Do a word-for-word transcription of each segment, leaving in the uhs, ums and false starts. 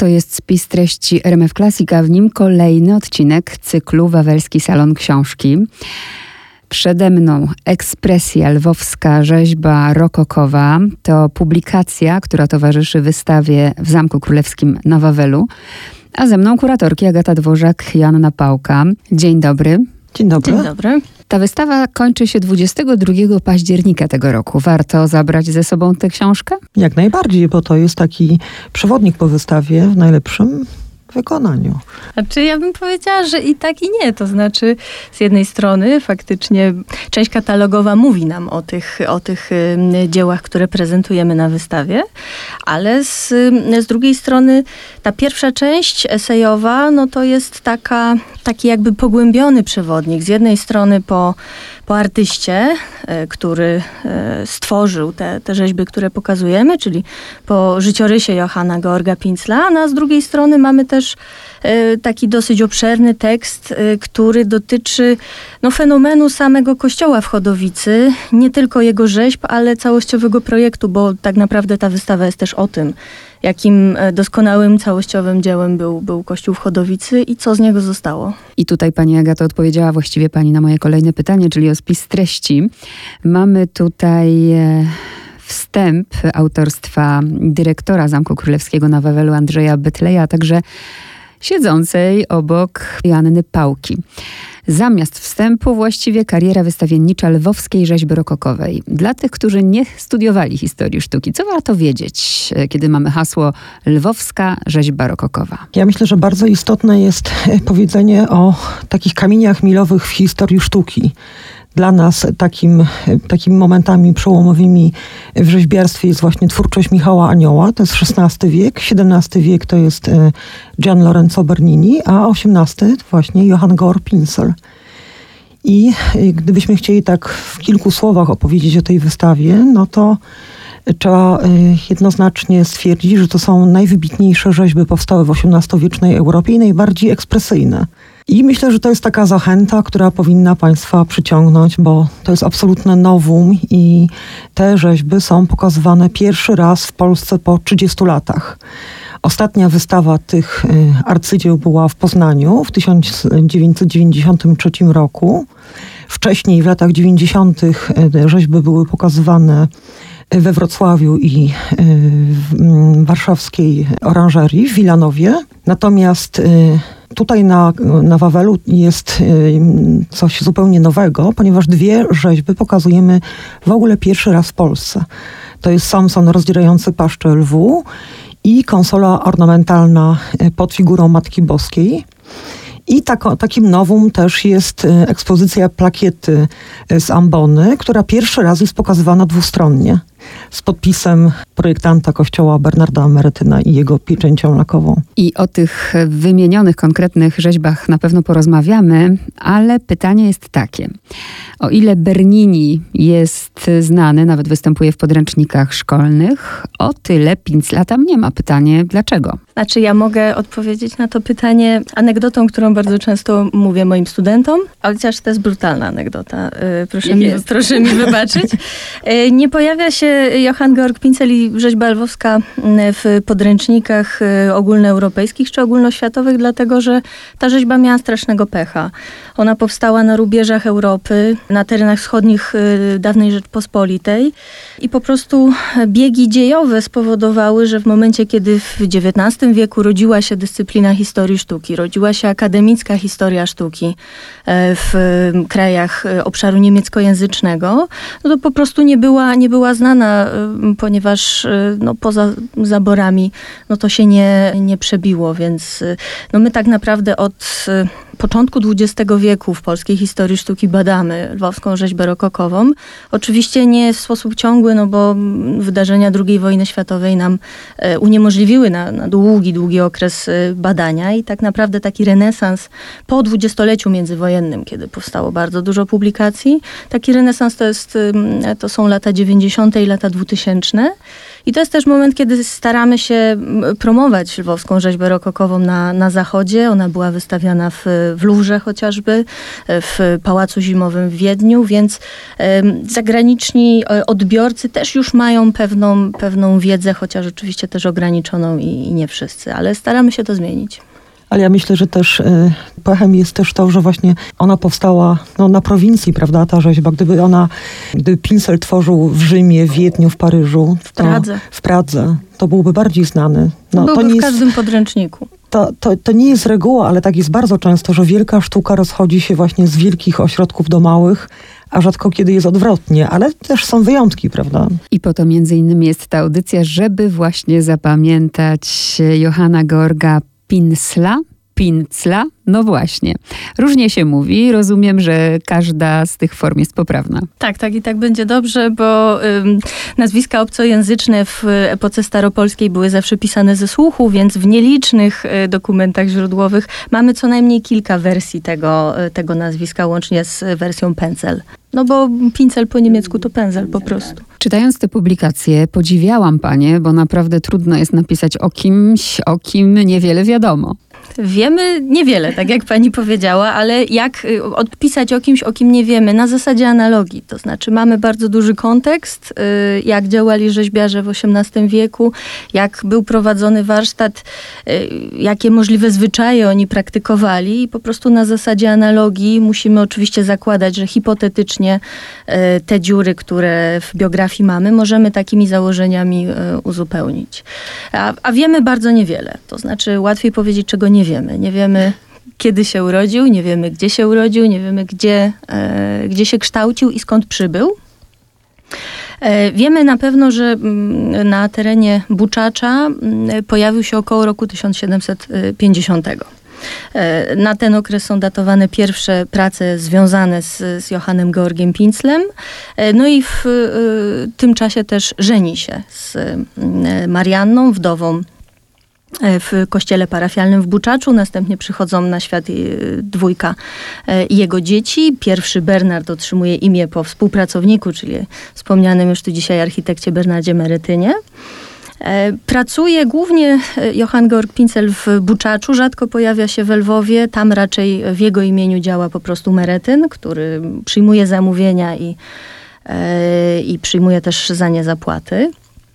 To jest spis treści R M F Classic, a w nim kolejny odcinek cyklu Wawelski Salon Książki. Przede mną ekspresja lwowska, rzeźba rokokowa. To publikacja, która towarzyszy wystawie w Zamku Królewskim na Wawelu. A ze mną kuratorki Agata Dworzak, Joanna Pałka. Dzień dobry. Dzień dobry. Dzień dobry. Ta wystawa kończy się dwudziestego drugiego października tego roku. Warto zabrać ze sobą tę książkę? Jak najbardziej, bo to jest taki przewodnik po wystawie w najlepszym wykonaniu. Znaczy ja bym powiedziała, że i tak i nie. To znaczy z jednej strony faktycznie część katalogowa mówi nam o tych, o tych y, dziełach, które prezentujemy na wystawie, ale z, z drugiej strony ta pierwsza część esejowa, no to jest taka, taki jakby pogłębiony przewodnik. Z jednej strony po, po artyście, y, który y, stworzył te, te rzeźby, które pokazujemy, czyli po życiorysie Johanna Georga Pinzla, a z drugiej strony mamy też taki dosyć obszerny tekst, który dotyczy no, fenomenu samego kościoła w Chodowicy, nie tylko jego rzeźb, ale całościowego projektu, bo tak naprawdę ta wystawa jest też o tym, jakim doskonałym, całościowym dziełem był, był kościół w Chodowicy i co z niego zostało. I tutaj pani Agato odpowiedziała właściwie pani na moje kolejne pytanie, czyli o spis treści. Mamy tutaj wstęp autorstwa dyrektora Zamku Królewskiego na Wawelu Andrzeja Bytleja, a także siedzącej obok Joanny Pałki. Zamiast wstępu właściwie kariera wystawiennicza lwowskiej rzeźby rokokowej. Dla tych, którzy nie studiowali historii sztuki, co warto wiedzieć, kiedy mamy hasło lwowska rzeźba rokokowa? Ja myślę, że bardzo istotne jest powiedzenie o takich kamieniach milowych w historii sztuki. Dla nas takim, takimi momentami przełomowymi w rzeźbiarstwie jest właśnie twórczość Michała Anioła, to jest szesnasty wiek, siedemnasty wiek to jest Gian Lorenzo Bernini, a osiemnasty właśnie Johann Georg Pinzel. I gdybyśmy chcieli tak w kilku słowach opowiedzieć o tej wystawie, no to trzeba jednoznacznie stwierdzić, że to są najwybitniejsze rzeźby powstałe w osiemnastowiecznej Europie i najbardziej ekspresyjne. I myślę, że to jest taka zachęta, która powinna Państwa przyciągnąć, bo to jest absolutne novum i te rzeźby są pokazywane pierwszy raz w Polsce po trzydziestu latach. Ostatnia wystawa tych arcydzieł była w Poznaniu w tysiąc dziewięćset dziewięćdziesiątym trzecim roku. Wcześniej w latach dziewięćdziesiątych rzeźby były pokazywane we Wrocławiu i w warszawskiej oranżerii w Wilanowie. Natomiast tutaj na, na Wawelu jest coś zupełnie nowego, ponieważ dwie rzeźby pokazujemy w ogóle pierwszy raz w Polsce. To jest Samson rozdzierający paszczę lwu i konsola ornamentalna pod figurą Matki Boskiej. I tako, takim nowum też jest ekspozycja plakiety z ambony, która pierwszy raz jest pokazywana dwustronnie z podpisem projektanta kościoła Bernarda Amerytyna i jego pieczęcią lakową. I o tych wymienionych konkretnych rzeźbach na pewno porozmawiamy, ale pytanie jest takie. O ile Bernini jest znany, nawet występuje w podręcznikach szkolnych, o tyle Pinzla tam nie ma. Pytanie, dlaczego? Znaczy ja mogę odpowiedzieć na to pytanie anegdotą, którą bardzo często mówię moim studentom, chociaż to jest brutalna anegdota. Proszę, mi, proszę mi wybaczyć. Nie pojawia się Johann Georg Pinzel i rzeźba lwowska w podręcznikach ogólnoeuropejskich czy ogólnoświatowych, dlatego że ta rzeźba miała strasznego pecha. Ona powstała na rubieżach Europy, na terenach wschodnich dawnej Rzeczpospolitej i po prostu biegi dziejowe spowodowały, że w momencie, kiedy w dziewiętnastym wieku rodziła się dyscyplina historii sztuki, rodziła się akademicka historia sztuki w krajach obszaru niemieckojęzycznego, no to po prostu nie była, nie była znana, ponieważ no, poza zaborami no, to się nie, nie przebiło, więc no, my tak naprawdę od początku dwudziestego wieku w polskiej historii sztuki badamy lwowską rzeźbę rokokową. Oczywiście nie w sposób ciągły, no bo wydarzenia drugiej wojny światowej nam uniemożliwiły na, na długi, długi okres badania i tak naprawdę taki renesans po dwudziestoleciu międzywojennym, kiedy powstało bardzo dużo publikacji, taki renesans to jest, to są lata dziewięćdziesiąte i lata dwutysięczne. I to jest też moment, kiedy staramy się promować lwowską rzeźbę rokokową na, na zachodzie. Ona była wystawiana w, w Luwrze chociażby, w Pałacu Zimowym w Wiedniu, więc um, zagraniczni odbiorcy też już mają pewną, pewną wiedzę, chociaż oczywiście też ograniczoną i, i nie wszyscy, ale staramy się to zmienić. Ale ja myślę, że też y, pechem jest też to, że właśnie ona powstała no, na prowincji, prawda, ta rzeźba. Gdyby ona, gdyby Pincel tworzył w Rzymie, w Wiedniu, w Paryżu. W Pradze. W Pradze. To byłby bardziej znany. No, byłby to nie w każdym jest, podręczniku. To, to, to nie jest reguła, ale tak jest bardzo często, że wielka sztuka rozchodzi się właśnie z wielkich ośrodków do małych, a rzadko kiedy jest odwrotnie, ale też są wyjątki, prawda? I po to między innymi jest ta audycja, żeby właśnie zapamiętać Johanna Georga Pincla. Pincla? No właśnie. Różnie się mówi. Rozumiem, że każda z tych form jest poprawna. Tak, tak i tak będzie dobrze, bo ym, nazwiska obcojęzyczne w epoce staropolskiej były zawsze pisane ze słuchu, więc w nielicznych y, dokumentach źródłowych mamy co najmniej kilka wersji tego, y, tego nazwiska, łącznie z wersją pędzel. No bo pincel po niemiecku to pędzel po prostu. Czytając te publikacje, podziwiałam panie, bo naprawdę trudno jest napisać o kimś, o kim niewiele wiadomo. Wiemy niewiele, tak jak pani powiedziała, ale jak odpisać o kimś, o kim nie wiemy, na zasadzie analogii. To znaczy mamy bardzo duży kontekst, jak działali rzeźbiarze w osiemnastym wieku, jak był prowadzony warsztat, jakie możliwe zwyczaje oni praktykowali i po prostu na zasadzie analogii musimy oczywiście zakładać, że hipotetycznie te dziury, które w biografii mamy, możemy takimi założeniami uzupełnić. A, a wiemy bardzo niewiele. To znaczy łatwiej powiedzieć, czego nie wiemy. Nie wiemy, kiedy się urodził, nie wiemy, gdzie się urodził, nie wiemy, gdzie, e, gdzie się kształcił i skąd przybył. E, wiemy na pewno, że m, na terenie Buczacza m, pojawił się około roku tysiąc siedemset pięćdziesiątego. E, na ten okres są datowane pierwsze prace związane z, z Johannem Georgiem Pinclem. E, no i w e, tym czasie też żeni się z e, Marianną, wdową w kościele parafialnym w Buczaczu. Następnie przychodzą na świat dwójka jego dzieci. Pierwszy Bernard otrzymuje imię po współpracowniku, czyli wspomnianym już tu dzisiaj architekcie Bernardzie Meretynie. Pracuje głównie Johann Georg Pincel w Buczaczu, rzadko pojawia się w Lwowie. Tam raczej w jego imieniu działa po prostu Meretyn, który przyjmuje zamówienia i, i przyjmuje też za nie zapłaty.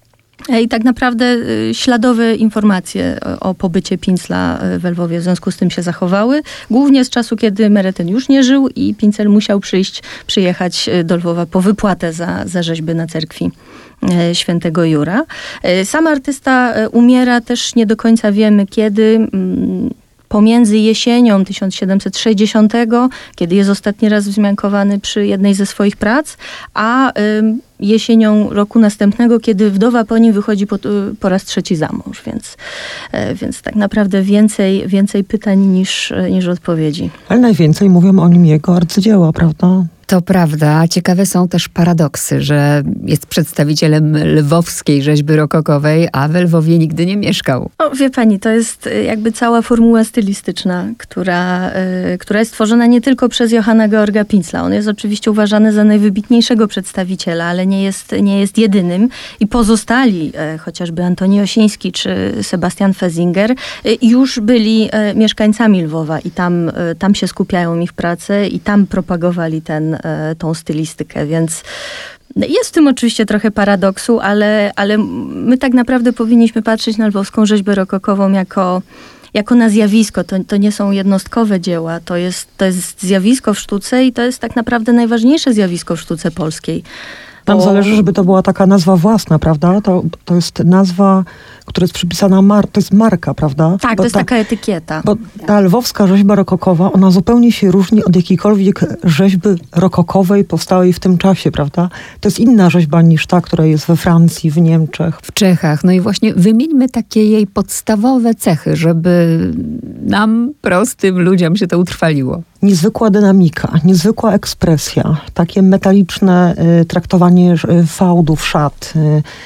I tak naprawdę śladowe informacje o pobycie Pincla w Lwowie w związku z tym się zachowały. Głównie z czasu, kiedy Meretyn już nie żył i Pincel musiał przyjść, przyjechać do Lwowa po wypłatę za, za rzeźby na cerkwi świętego Jura. Sam artysta umiera, też nie do końca wiemy kiedy. Pomiędzy jesienią tysiąc siedemset sześćdziesiątego, kiedy jest ostatni raz wzmiankowany przy jednej ze swoich prac, a y, jesienią roku następnego, kiedy wdowa po nim wychodzi po, po raz trzeci za mąż. Więc, y, więc tak naprawdę więcej, więcej pytań niż, niż odpowiedzi. Ale najwięcej mówią o nim jego arcydzieła, prawda? To prawda. Ciekawe są też paradoksy, że jest przedstawicielem lwowskiej rzeźby rokokowej, a w Lwowie nigdy nie mieszkał. O, wie pani, to jest jakby cała formuła stylistyczna, która, y, która jest tworzona nie tylko przez Johanna Georga Pincla. On jest oczywiście uważany za najwybitniejszego przedstawiciela, ale nie jest, nie jest jedynym. I pozostali, y, chociażby Antoni Osiński czy Sebastian Fesinger, y, już byli y, mieszkańcami Lwowa i tam, y, tam się skupiają ich prace i tam propagowali ten tą stylistykę, więc jest w tym oczywiście trochę paradoksu, ale, ale my tak naprawdę powinniśmy patrzeć na lwowską rzeźbę rokokową jako, jako na zjawisko. To, to nie są jednostkowe dzieła, to jest, to jest zjawisko w sztuce i to jest tak naprawdę najważniejsze zjawisko w sztuce polskiej. Nam zależy, żeby to była taka nazwa własna, prawda? To, to jest nazwa, która jest przypisana, mar- to jest marka, prawda? Tak, bo to jest ta, taka etykieta. Bo ta lwowska rzeźba rokokowa, ona zupełnie się różni od jakiejkolwiek rzeźby rokokowej powstałej w tym czasie, prawda? To jest inna rzeźba niż ta, która jest we Francji, w Niemczech. W Czechach. No i właśnie wymieńmy takie jej podstawowe cechy, żeby nam, prostym ludziom się to utrwaliło. Niezwykła dynamika, niezwykła ekspresja, takie metaliczne y, traktowanie y, fałdów, szat, y,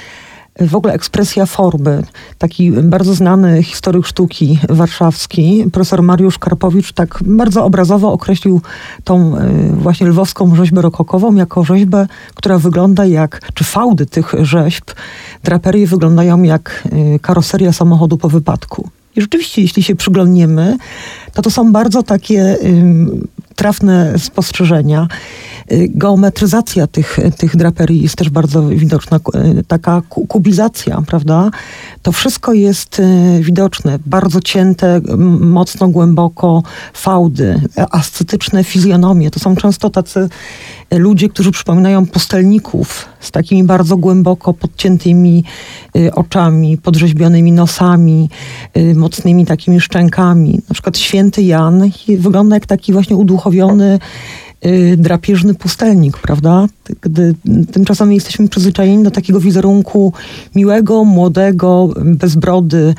w ogóle ekspresja formy. Taki bardzo znany historyk sztuki warszawski, profesor Mariusz Karpowicz, tak bardzo obrazowo określił tą właśnie lwowską rzeźbę rokokową jako rzeźbę, która wygląda jak, czy fałdy tych rzeźb, draperie wyglądają jak karoseria samochodu po wypadku. I rzeczywiście, jeśli się przyglądniemy, to to są bardzo takie ym, trafne spostrzeżenia. Geometryzacja tych, tych draperii jest też bardzo widoczna. Taka kubizacja, prawda? To wszystko jest widoczne. Bardzo cięte, mocno głęboko fałdy, ascetyczne fizjonomie. To są często tacy ludzie, którzy przypominają pustelników z takimi bardzo głęboko podciętymi oczami, podrzeźbionymi nosami, mocnymi takimi szczękami. Na przykład święty Jan wygląda jak taki właśnie uduchowiony drapieżny pustelnik, prawda? Gdy tymczasem my jesteśmy przyzwyczajeni do takiego wizerunku miłego, młodego, bez brody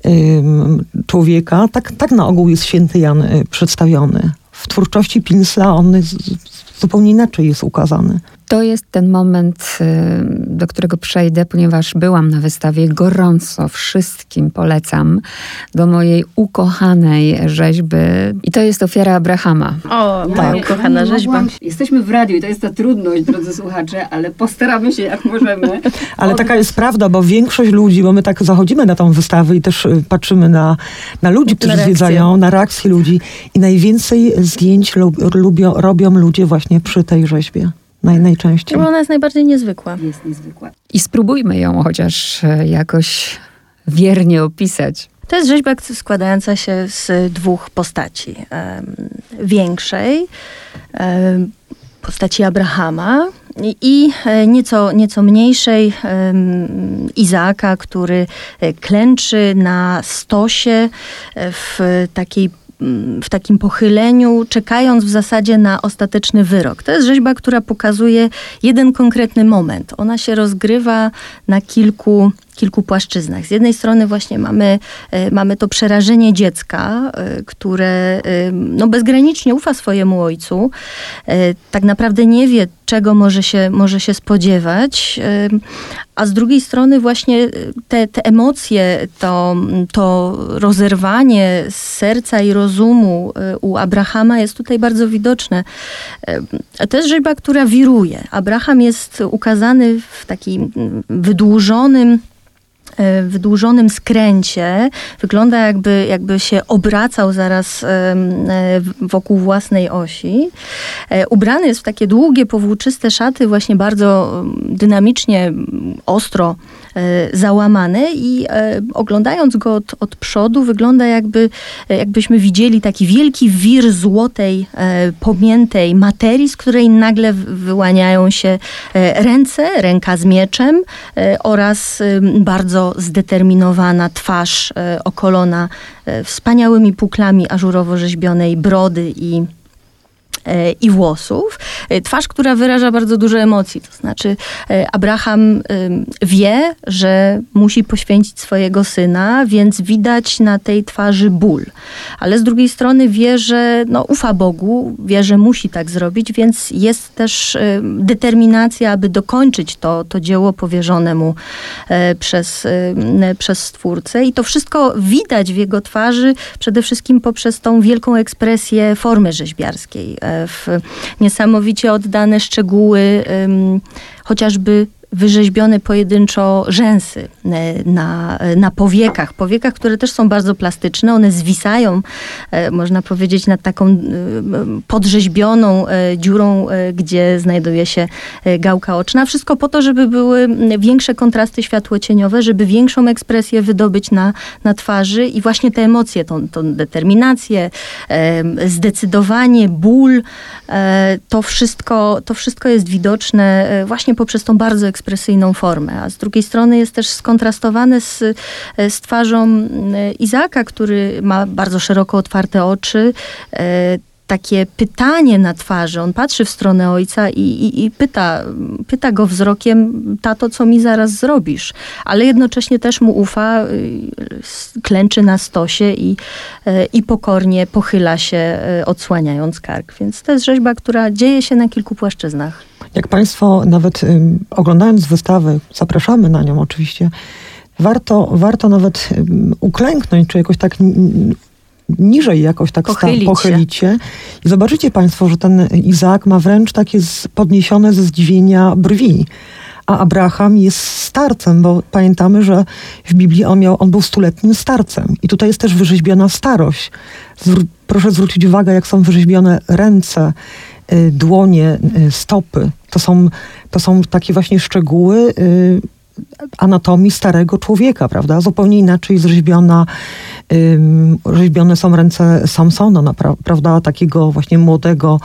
ym, człowieka. Tak, tak na ogół jest święty Jan y, przedstawiony. W twórczości Pinsla on jest, zupełnie inaczej jest ukazany. To jest ten moment, do którego przejdę, ponieważ byłam na wystawie. Gorąco wszystkim polecam do mojej ukochanej rzeźby. I to jest Ofiara Abrahama. O, moja tak. ukochana rzeźba. Mogłam... Jesteśmy w radiu i to jest ta trudność, drodzy słuchacze, ale postaramy się jak możemy. Ale Od... taka jest prawda, bo większość ludzi, bo my tak zachodzimy na tą wystawę i też patrzymy na, na ludzi, którzy na zwiedzają, na reakcje ludzi. I najwięcej zdjęć lub, lubią, robią ludzie właśnie przy tej rzeźbie. Naj, najczęściej. Bo ona jest najbardziej niezwykła. Jest niezwykła. I spróbujmy ją chociaż jakoś wiernie opisać. To jest rzeźba składająca się z dwóch postaci. Um, większej, um, postaci Abrahama i nieco, nieco mniejszej um, Izaaka, który klęczy na stosie w takiej w takim pochyleniu, czekając w zasadzie na ostateczny wyrok. To jest rzeźba, która pokazuje jeden konkretny moment. Ona się rozgrywa na kilku, kilku płaszczyznach. Z jednej strony właśnie mamy, mamy to przerażenie dziecka, które no, bezgranicznie ufa swojemu ojcu. Tak naprawdę nie wie, czego może się, może się spodziewać. A z drugiej strony właśnie te, te emocje, to, to rozerwanie serca i rozumu u Abrahama jest tutaj bardzo widoczne. To jest rzeźba, która wiruje. Abraham jest ukazany w takim wydłużonym wydłużonym skręcie. Wygląda jakby, jakby się obracał zaraz wokół własnej osi. Ubrany jest w takie długie, powłóczyste szaty, właśnie bardzo dynamicznie, ostro załamane i oglądając go od, od przodu wygląda jakby, jakbyśmy widzieli taki wielki wir złotej, pomiętej materii, z której nagle wyłaniają się ręce, ręka z mieczem oraz bardzo zdeterminowana twarz okolona wspaniałymi puklami ażurowo rzeźbionej brody i i włosów. Twarz, która wyraża bardzo dużo emocji. To znaczy Abraham wie, że musi poświęcić swojego syna, więc widać na tej twarzy ból. Ale z drugiej strony wie, że no, ufa Bogu, wie, że musi tak zrobić, więc jest też determinacja, aby dokończyć to, to dzieło powierzone mu przez, przez Stwórcę. I to wszystko widać w jego twarzy przede wszystkim poprzez tą wielką ekspresję formy rzeźbiarskiej. W niesamowicie oddane szczegóły, um, chociażby wyrzeźbione pojedynczo rzęsy na, na powiekach. Powiekach, które też są bardzo plastyczne. One zwisają, można powiedzieć, nad taką podrzeźbioną dziurą, gdzie znajduje się gałka oczna. Wszystko po to, żeby były większe kontrasty światłocieniowe, żeby większą ekspresję wydobyć na, na twarzy i właśnie te emocje, tą, tą determinację, zdecydowanie, ból, to wszystko, to wszystko jest widoczne właśnie poprzez tą bardzo ekspresyjną formę, a z drugiej strony jest też skontrastowane z, z twarzą Izaaka, który ma bardzo szeroko otwarte oczy, takie pytanie na twarzy. On patrzy w stronę ojca i, i, i pyta, pyta go wzrokiem, tato, co mi zaraz zrobisz? Ale jednocześnie też mu ufa, klęczy na stosie i, i pokornie pochyla się, odsłaniając kark. Więc to jest rzeźba, która dzieje się na kilku płaszczyznach. Jak Państwo nawet um, oglądając wystawę, zapraszamy na nią oczywiście, warto, warto nawet um, uklęknąć, czy jakoś tak n- niżej jakoś tak pochylić, sta- pochylić się. I zobaczycie Państwo, że ten Izaak ma wręcz takie z, podniesione ze zdziwienia brwi. A Abraham jest starcem, bo pamiętamy, że w Biblii on, miał, on był stuletnim starcem. I tutaj jest też wyrzeźbiona starość. Zwr- proszę zwrócić uwagę, jak są wyrzeźbione ręce, y, dłonie, y, stopy. To są, to są takie właśnie szczegóły y, anatomii starego człowieka, prawda? Zupełnie inaczej zrzeźbiona, y, rzeźbione są ręce Samsona, napra- prawda? Takiego właśnie młodego,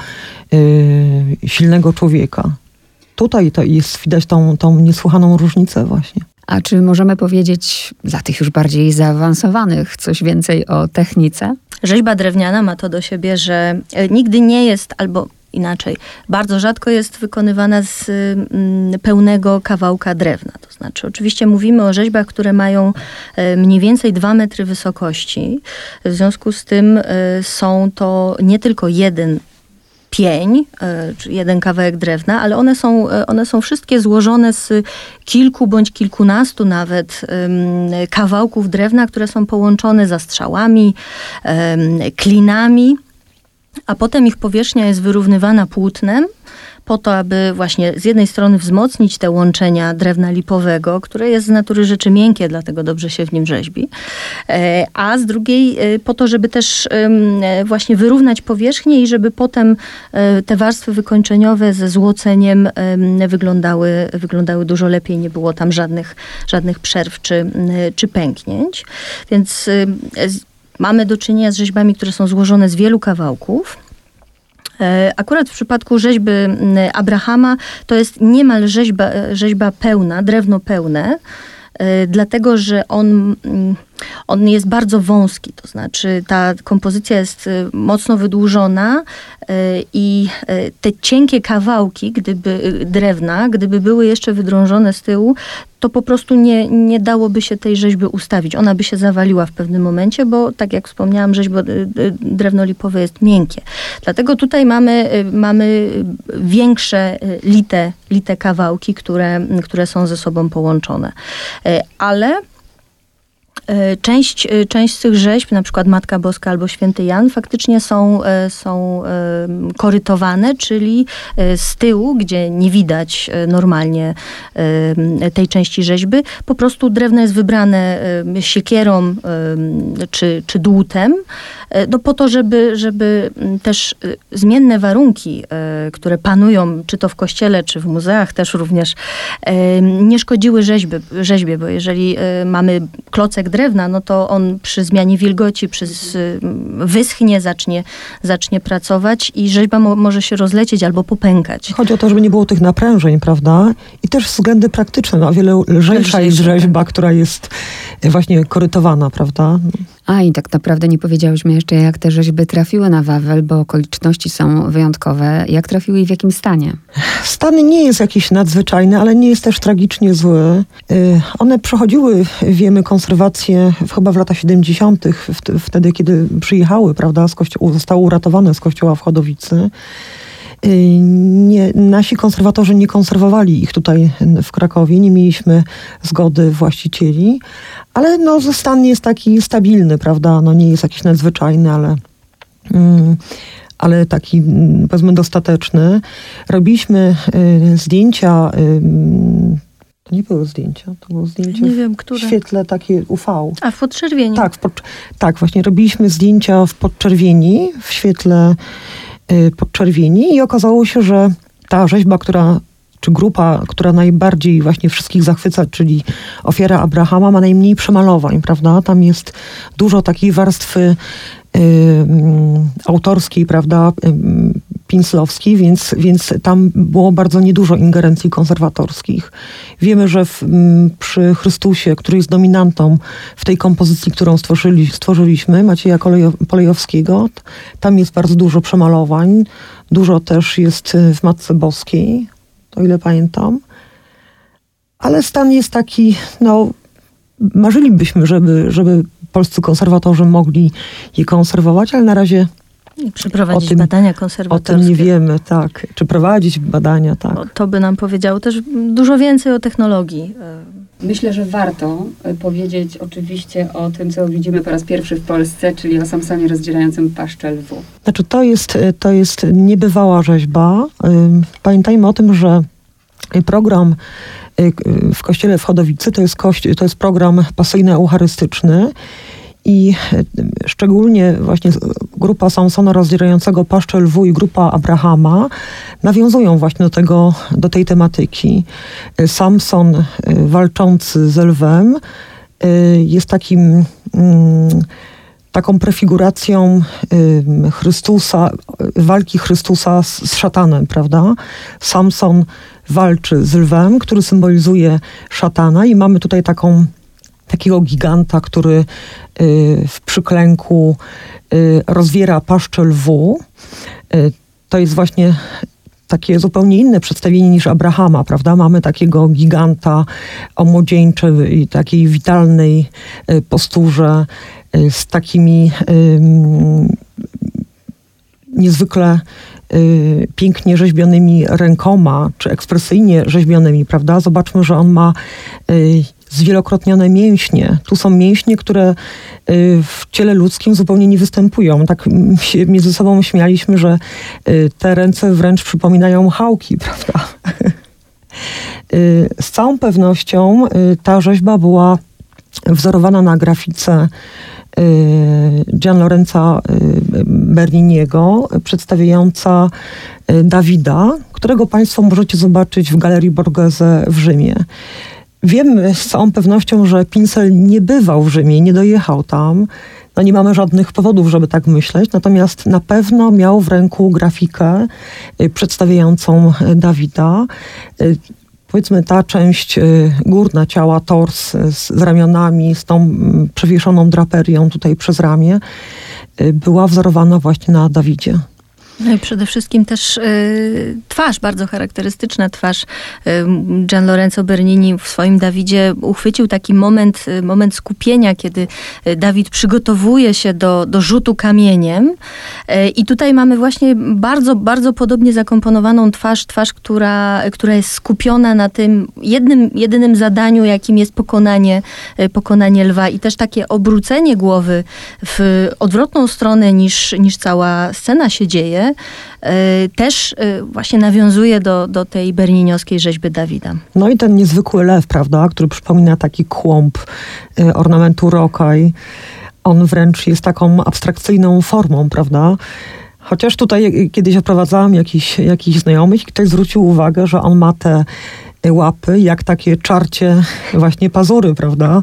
y, silnego człowieka. Tutaj to jest, widać tą, tą niesłychaną różnicę właśnie. A czy możemy powiedzieć dla tych już bardziej zaawansowanych coś więcej o technice? Rzeźba drewniana ma to do siebie, że nigdy nie jest, albo inaczej, bardzo rzadko jest wykonywana z mm, pełnego kawałka drewna. To znaczy, oczywiście mówimy o rzeźbach, które mają e, mniej więcej dwa metry wysokości. W związku z tym e, są to nie tylko jeden pień, czy jeden kawałek drewna, ale one są, one są wszystkie złożone z kilku bądź kilkunastu nawet um, kawałków drewna, które są połączone zastrzałami, um, klinami, a potem ich powierzchnia jest wyrównywana płótnem, po to, aby właśnie z jednej strony wzmocnić te łączenia drewna lipowego, które jest z natury rzeczy miękkie, dlatego dobrze się w nim rzeźbi, a z drugiej po to, żeby też właśnie wyrównać powierzchnię i żeby potem te warstwy wykończeniowe ze złoceniem wyglądały, wyglądały dużo lepiej, nie było tam żadnych, żadnych przerw czy, czy pęknięć. Więc mamy do czynienia z rzeźbami, które są złożone z wielu kawałków. Akurat w przypadku rzeźby Abrahama to jest niemal rzeźba, rzeźba pełna, drewno pełne, dlatego że on, on jest bardzo wąski, to znaczy ta kompozycja jest mocno wydłużona i te cienkie kawałki gdyby, drewna, gdyby były jeszcze wydrążone z tyłu, to po prostu nie, nie dałoby się tej rzeźby ustawić. Ona by się zawaliła w pewnym momencie, bo tak jak wspomniałam, rzeźba drewno lipowe jest miękkie. Dlatego tutaj mamy, mamy większe lite, lite kawałki, które, które są ze sobą połączone. Ale Część, część z tych rzeźb, na przykład Matka Boska albo Święty Jan, faktycznie są, są korytowane, czyli z tyłu, gdzie nie widać normalnie tej części rzeźby, po prostu drewno jest wybrane siekierą czy, czy dłutem, no po to, żeby, żeby też zmienne warunki, które panują, czy to w kościele, czy w muzeach też również, nie szkodziły rzeźby, rzeźbie, bo jeżeli mamy klocek drewna, no to on przy zmianie wilgoci, przy wyschnie, zacznie, zacznie pracować i rzeźba mo- może się rozlecieć albo popękać. Chodzi o to, żeby nie było tych naprężeń, prawda? I też względy praktyczne. No, o wiele lżejsza jest rzeźba, która jest właśnie korytowana, prawda? A i tak naprawdę nie powiedziałyśmy jeszcze, jak te rzeźby trafiły na Wawel, bo okoliczności są wyjątkowe. Jak trafiły i w jakim stanie? Stan nie jest jakiś nadzwyczajny, ale nie jest też tragicznie zły. One przechodziły, wiemy, konserwację chyba w latach siedemdziesiątych, wtedy, kiedy przyjechały, prawda, z kościoła, zostały uratowane z kościoła w Chodowicy. Nie, nasi konserwatorzy nie konserwowali ich tutaj w Krakowie, nie mieliśmy zgody właścicieli, ale no, stan jest taki stabilny, prawda, no nie jest jakiś nadzwyczajny, ale, mm, ale taki, powiedzmy, dostateczny. Robiliśmy y, zdjęcia, y, to nie były zdjęcia, to było zdjęcie nie wiem, które. w świetle takie U V. A, w podczerwieni. Tak, w pod, tak, właśnie robiliśmy zdjęcia w podczerwieni, w świetle podczerwieni i okazało się, że ta rzeźba, która, czy grupa, która najbardziej właśnie wszystkich zachwyca, czyli Ofiara Abrahama, ma najmniej przemalowań, prawda? Tam jest dużo takiej warstwy y, autorskiej, prawda, y, pinslowskiej, więc, więc tam było bardzo niedużo ingerencji konserwatorskich. Wiemy, że w, m, przy Chrystusie, który jest dominantą w tej kompozycji, którą stworzyli, stworzyliśmy, Macieja Kolejo- Polejowskiego, tam jest bardzo dużo przemalowań. Dużo też jest w Matce Boskiej, o ile pamiętam. Ale stan jest taki, no, marzylibyśmy, żeby, żeby polscy konserwatorzy mogli je konserwować, ale na razie I przeprowadzić tym, badania konserwatorskie. O tym nie wiemy, tak. Czy prowadzić badania, tak. Bo to by nam powiedziało też dużo więcej o technologii. Myślę, że warto powiedzieć oczywiście o tym, co widzimy po raz pierwszy w Polsce, czyli o Samsonie rozdzierającym paszczę lwu. Znaczy to jest, to jest niebywała rzeźba. Pamiętajmy o tym, że program w kościele w Chodowicy to jest, kości- to jest program pasyjno-eucharystyczny i szczególnie właśnie grupa Samsona rozdzierającego paszczę lwu i grupa Abrahama nawiązują właśnie do tego, do tej tematyki. Samson walczący ze lwem jest takim, taką prefiguracją Chrystusa, walki Chrystusa z, z szatanem, prawda? Samson walczy z lwem, który symbolizuje szatana i mamy tutaj taką takiego giganta, który y, w przyklęku y, rozwiera paszczę lwu. Y, to jest właśnie takie zupełnie inne przedstawienie niż Abrahama, prawda? Mamy takiego giganta o młodzieńczej i takiej witalnej y, posturze y, z takimi y, niezwykle y, pięknie rzeźbionymi rękoma, czy ekspresyjnie rzeźbionymi, prawda? Zobaczmy, że on ma y, zwielokrotnione mięśnie. Tu są mięśnie, które w ciele ludzkim zupełnie nie występują. Tak się między sobą śmialiśmy, że te ręce wręcz przypominają chałki, prawda? Z całą pewnością ta rzeźba była wzorowana na grafice Gian Lorenza Berniniego, przedstawiająca Dawida, którego Państwo możecie zobaczyć w Galerii Borghese w Rzymie. Wiemy z całą pewnością, że Pincel nie bywał w Rzymie, nie dojechał tam. No nie mamy żadnych powodów, żeby tak myśleć. Natomiast na pewno miał w ręku grafikę y, przedstawiającą Dawida. Y, powiedzmy ta część y, górna ciała, tors y, z, z ramionami, z tą y, przewieszoną draperią tutaj przez ramię, y, była wzorowana właśnie na Dawidzie. No i przede wszystkim też y, twarz, bardzo charakterystyczna twarz. Y, Gian Lorenzo Bernini w swoim Dawidzie uchwycił taki moment, y, moment skupienia, kiedy Dawid przygotowuje się do, do rzutu kamieniem. Y, I tutaj mamy właśnie bardzo, bardzo podobnie zakomponowaną twarz, twarz, która, która jest skupiona na tym jednym, jedynym zadaniu, jakim jest pokonanie, y, pokonanie lwa. I też takie obrócenie głowy w odwrotną stronę niż, niż cała scena się dzieje, też właśnie nawiązuje do, do tej berniniowskiej rzeźby Dawida. No i ten niezwykły lew, prawda, który przypomina taki kłąb ornamentu rokaj. On wręcz jest taką abstrakcyjną formą, prawda? Chociaż tutaj kiedyś oprowadzałam jakiś, jakiś znajomych i ktoś zwrócił uwagę, że on ma te łapy jak takie czarcie właśnie pazury, prawda?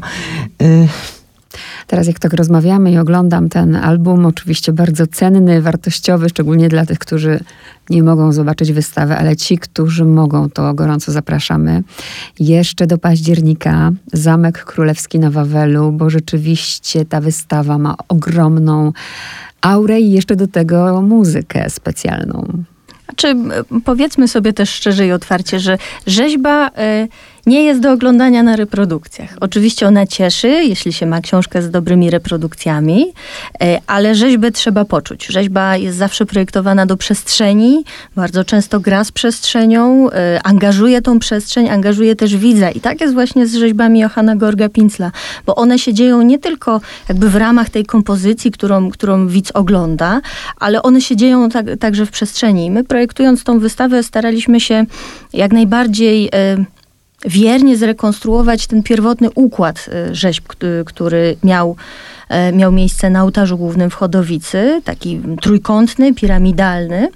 Teraz jak tak rozmawiamy i oglądam ten album, oczywiście bardzo cenny, wartościowy, szczególnie dla tych, którzy nie mogą zobaczyć wystawy, ale ci, którzy mogą, to gorąco zapraszamy. Jeszcze do października Zamek Królewski na Wawelu, bo rzeczywiście ta wystawa ma ogromną aurę i jeszcze do tego muzykę specjalną. Znaczy, powiedzmy sobie też szczerze i otwarcie, że rzeźba y, nie jest do oglądania na reprodukcjach. Oczywiście ona cieszy, jeśli się ma książkę z dobrymi reprodukcjami, y, ale rzeźbę trzeba poczuć. Rzeźba jest zawsze projektowana do przestrzeni, bardzo często gra z przestrzenią, y, angażuje tą przestrzeń, angażuje też widza. I tak jest właśnie z rzeźbami Johanna Georga Pinzla, bo one się dzieją nie tylko jakby w ramach tej kompozycji, którą, którą widz ogląda, ale one się dzieją tak, także w przestrzeni. I my projektując tą wystawę staraliśmy się jak najbardziej y, wiernie zrekonstruować ten pierwotny układ y, rzeźb, y, który miał, y, miał miejsce na ołtarzu głównym w Chodowicy, taki trójkątny, piramidalny.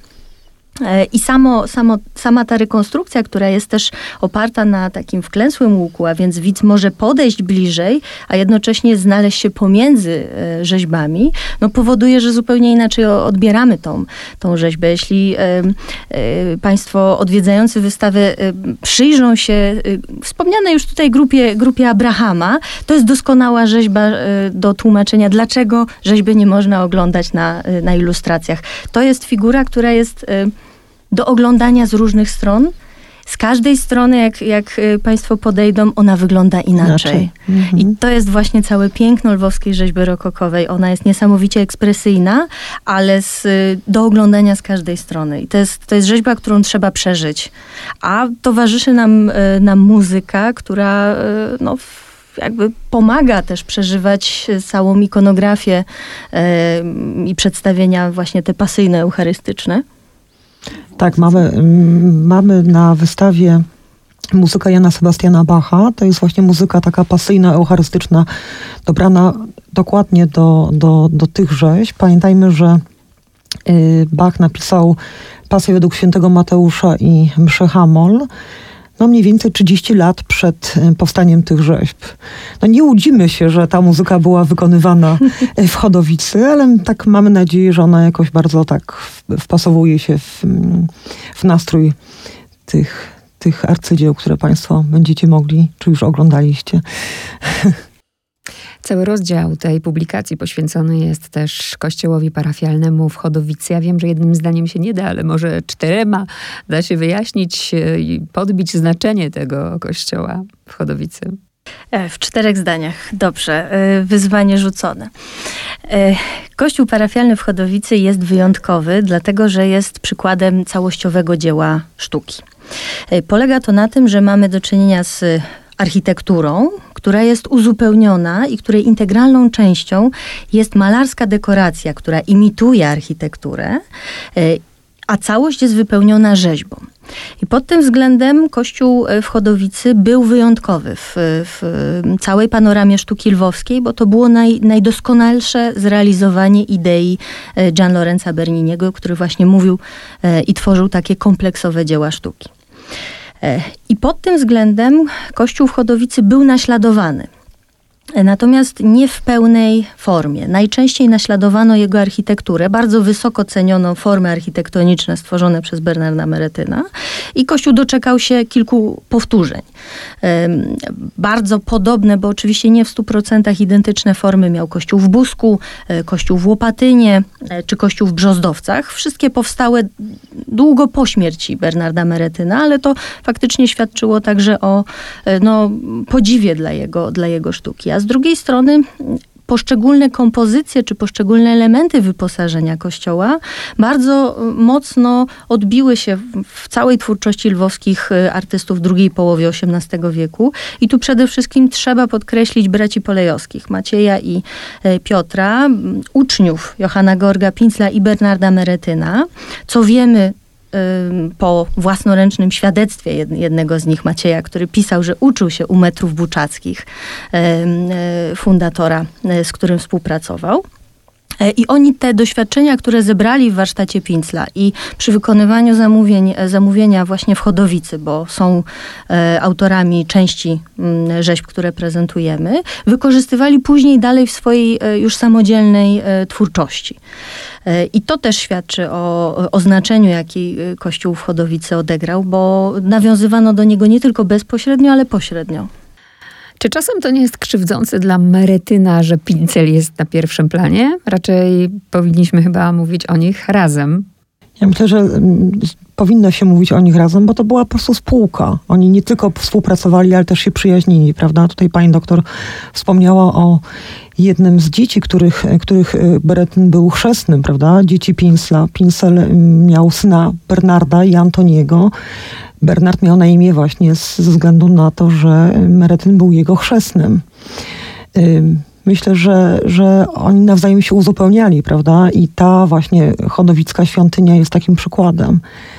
I samo, samo, sama ta rekonstrukcja, która jest też oparta na takim wklęsłym łuku, a więc widz może podejść bliżej, a jednocześnie znaleźć się pomiędzy rzeźbami, no powoduje, że zupełnie inaczej odbieramy tą, tą rzeźbę. Jeśli y, y, Państwo odwiedzający wystawę y, przyjrzą się y, wspomnianej już tutaj grupie, grupie Abrahama, to jest doskonała rzeźba y, do tłumaczenia, dlaczego rzeźby nie można oglądać na, y, na ilustracjach. To jest figura, która jest y, do oglądania z różnych stron, z każdej strony, jak, jak Państwo podejdą, ona wygląda inaczej. inaczej. Mhm. I to jest właśnie całe piękno lwowskiej rzeźby rokokowej. Ona jest niesamowicie ekspresyjna, ale z, do oglądania z każdej strony. I to jest, to jest rzeźba, którą trzeba przeżyć. A towarzyszy nam, nam muzyka, która no, jakby pomaga też przeżywać całą ikonografię e, i przedstawienia właśnie te pasyjne, eucharystyczne. Tak, mamy, mamy na wystawie muzyka Jana Sebastiana Bacha. To jest właśnie muzyka taka pasyjna, eucharystyczna, dobrana dokładnie do, do, do tych rzeźb. Pamiętajmy, że y, Bach napisał pasję według świętego Mateusza i mszę Hamol no mniej więcej trzydzieści lat przed powstaniem tych rzeźb. No nie łudzimy się, że ta muzyka była wykonywana w Chodowicy, ale tak mamy nadzieję, że ona jakoś bardzo tak wpasowuje się w, w nastrój tych, tych arcydzieł, które Państwo będziecie mogli, czy już oglądaliście. Cały rozdział tej publikacji poświęcony jest też kościołowi parafialnemu w Chodowicy. Ja wiem, że jednym zdaniem się nie da, ale może czterema da się wyjaśnić i podbić znaczenie tego kościoła w Chodowicy. W czterech zdaniach. Dobrze. Wyzwanie rzucone. Kościół parafialny w Chodowicy jest wyjątkowy, dlatego że jest przykładem całościowego dzieła sztuki. Polega to na tym, że mamy do czynienia z architekturą, która jest uzupełniona i której integralną częścią jest malarska dekoracja, która imituje architekturę, a całość jest wypełniona rzeźbą. I pod tym względem Kościół w Chodowicy był wyjątkowy w, w całej panoramie sztuki lwowskiej, bo to było naj, najdoskonalsze zrealizowanie idei Gian Lorenza Berniniego, który właśnie mówił i tworzył takie kompleksowe dzieła sztuki. I pod tym względem Kościół w Chodowicy był naśladowany. Natomiast nie w pełnej formie. Najczęściej naśladowano jego architekturę, bardzo wysoko cenioną formy architektoniczne stworzone przez Bernarda Meretyna i Kościół doczekał się kilku powtórzeń. Bardzo podobne, bo oczywiście nie w stu procentach identyczne formy miał Kościół w Busku, Kościół w Łopatynie czy Kościół w Brzozdowcach. Wszystkie powstałe długo po śmierci Bernarda Meretyna, ale to faktycznie świadczyło także o no, podziwie dla jego, dla jego sztuki. A z drugiej strony poszczególne kompozycje czy poszczególne elementy wyposażenia kościoła bardzo mocno odbiły się w całej twórczości lwowskich artystów w drugiej połowie osiemnastego wieku. I tu przede wszystkim trzeba podkreślić braci Polejowskich, Macieja i Piotra, uczniów Johanna Georga Pinzla i Bernarda Meretyna. Co wiemy po własnoręcznym świadectwie jednego z nich, Macieja, który pisał, że uczył się u metrów buczackich, fundatora, z którym współpracował. I oni te doświadczenia, które zebrali w warsztacie Pinzla i przy wykonywaniu zamówień, zamówienia właśnie w Chodowicy, bo są e, autorami części m, rzeźb, które prezentujemy, wykorzystywali później dalej w swojej e, już samodzielnej e, twórczości. E, I to też świadczy o, o znaczeniu, jaki Kościół w Chodowicy odegrał, bo nawiązywano do niego nie tylko bezpośrednio, ale pośrednio. Czy czasem to nie jest krzywdzące dla Meretyna, że Pincel jest na pierwszym planie? Raczej powinniśmy chyba mówić o nich razem. Ja myślę, że powinno się mówić o nich razem, bo to była po prostu spółka. Oni nie tylko współpracowali, ale też się przyjaźnili, prawda? Tutaj pani doktor wspomniała o jednym z dzieci, których, których Meretyn był chrzestnym, prawda? Dzieci Pinzla. Pincel miał syna Bernarda i Antoniego. Bernard miał na imię właśnie z, ze względu na to, że Meretyn był jego chrzestnym. Myślę, że, że oni nawzajem się uzupełniali, prawda? I ta właśnie chodowicka świątynia jest takim przykładem.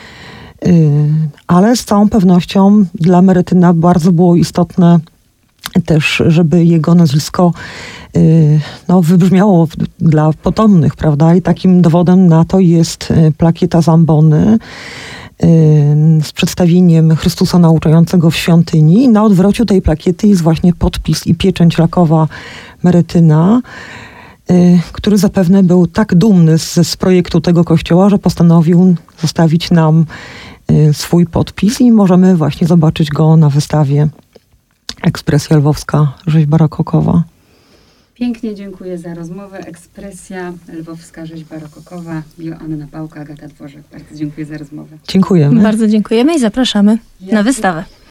Ale z całą pewnością dla Meretyna bardzo było istotne też, żeby jego nazwisko no, wybrzmiało dla potomnych, prawda? I takim dowodem na to jest plakieta Zambony z przedstawieniem Chrystusa nauczającego w świątyni. Na odwrocie tej plakiety jest właśnie podpis i pieczęć lakowa Meretyna, który zapewne był tak dumny z, z projektu tego kościoła, że postanowił zostawić nam swój podpis i możemy właśnie zobaczyć go na wystawie Ekspresja Lwowska, rzeźba rokokowa. Pięknie dziękuję za rozmowę. Ekspresja, Lwowska rzeźba rokokowa, Joanna Pałka, Agata Dworzak. Bardzo dziękuję za rozmowę. Dziękujemy. Bardzo dziękujemy i zapraszamy ja na wystawę.